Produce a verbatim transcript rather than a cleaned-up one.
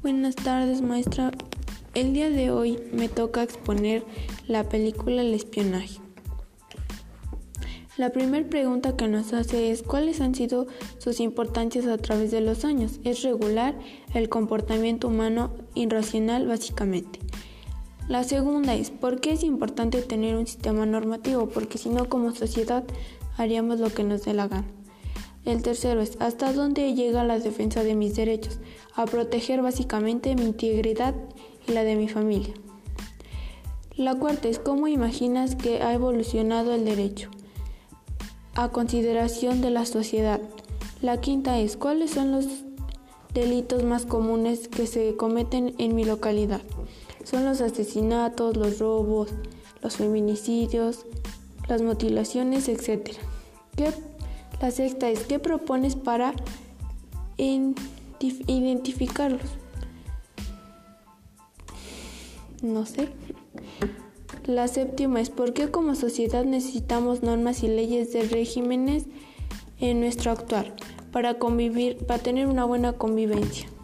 Buenas tardes, maestra. El día de hoy me toca exponer la película El espionaje. La primera pregunta que nos hace es ¿cuáles han sido sus importancias a través de los años? Es regular el comportamiento humano irracional básicamente. La segunda es ¿por qué es importante tener un sistema normativo? Porque si no, como sociedad haríamos lo que nos dé la gana. El tercero es ¿hasta dónde llega la defensa de mis derechos? A proteger básicamente mi integridad y la de mi familia. La cuarta es ¿cómo imaginas que ha evolucionado el derecho? A consideración de la sociedad. La quinta es ¿cuáles son los delitos más comunes que se cometen en mi localidad? Son los asesinatos, los robos, los feminicidios, las mutilaciones, etcétera. ¿Qué? La sexta es ¿qué propones para identificarlos? No sé. La séptima es ¿por qué como sociedad necesitamos normas y leyes de regímenes en nuestro actuar para convivir, para tener una buena convivencia?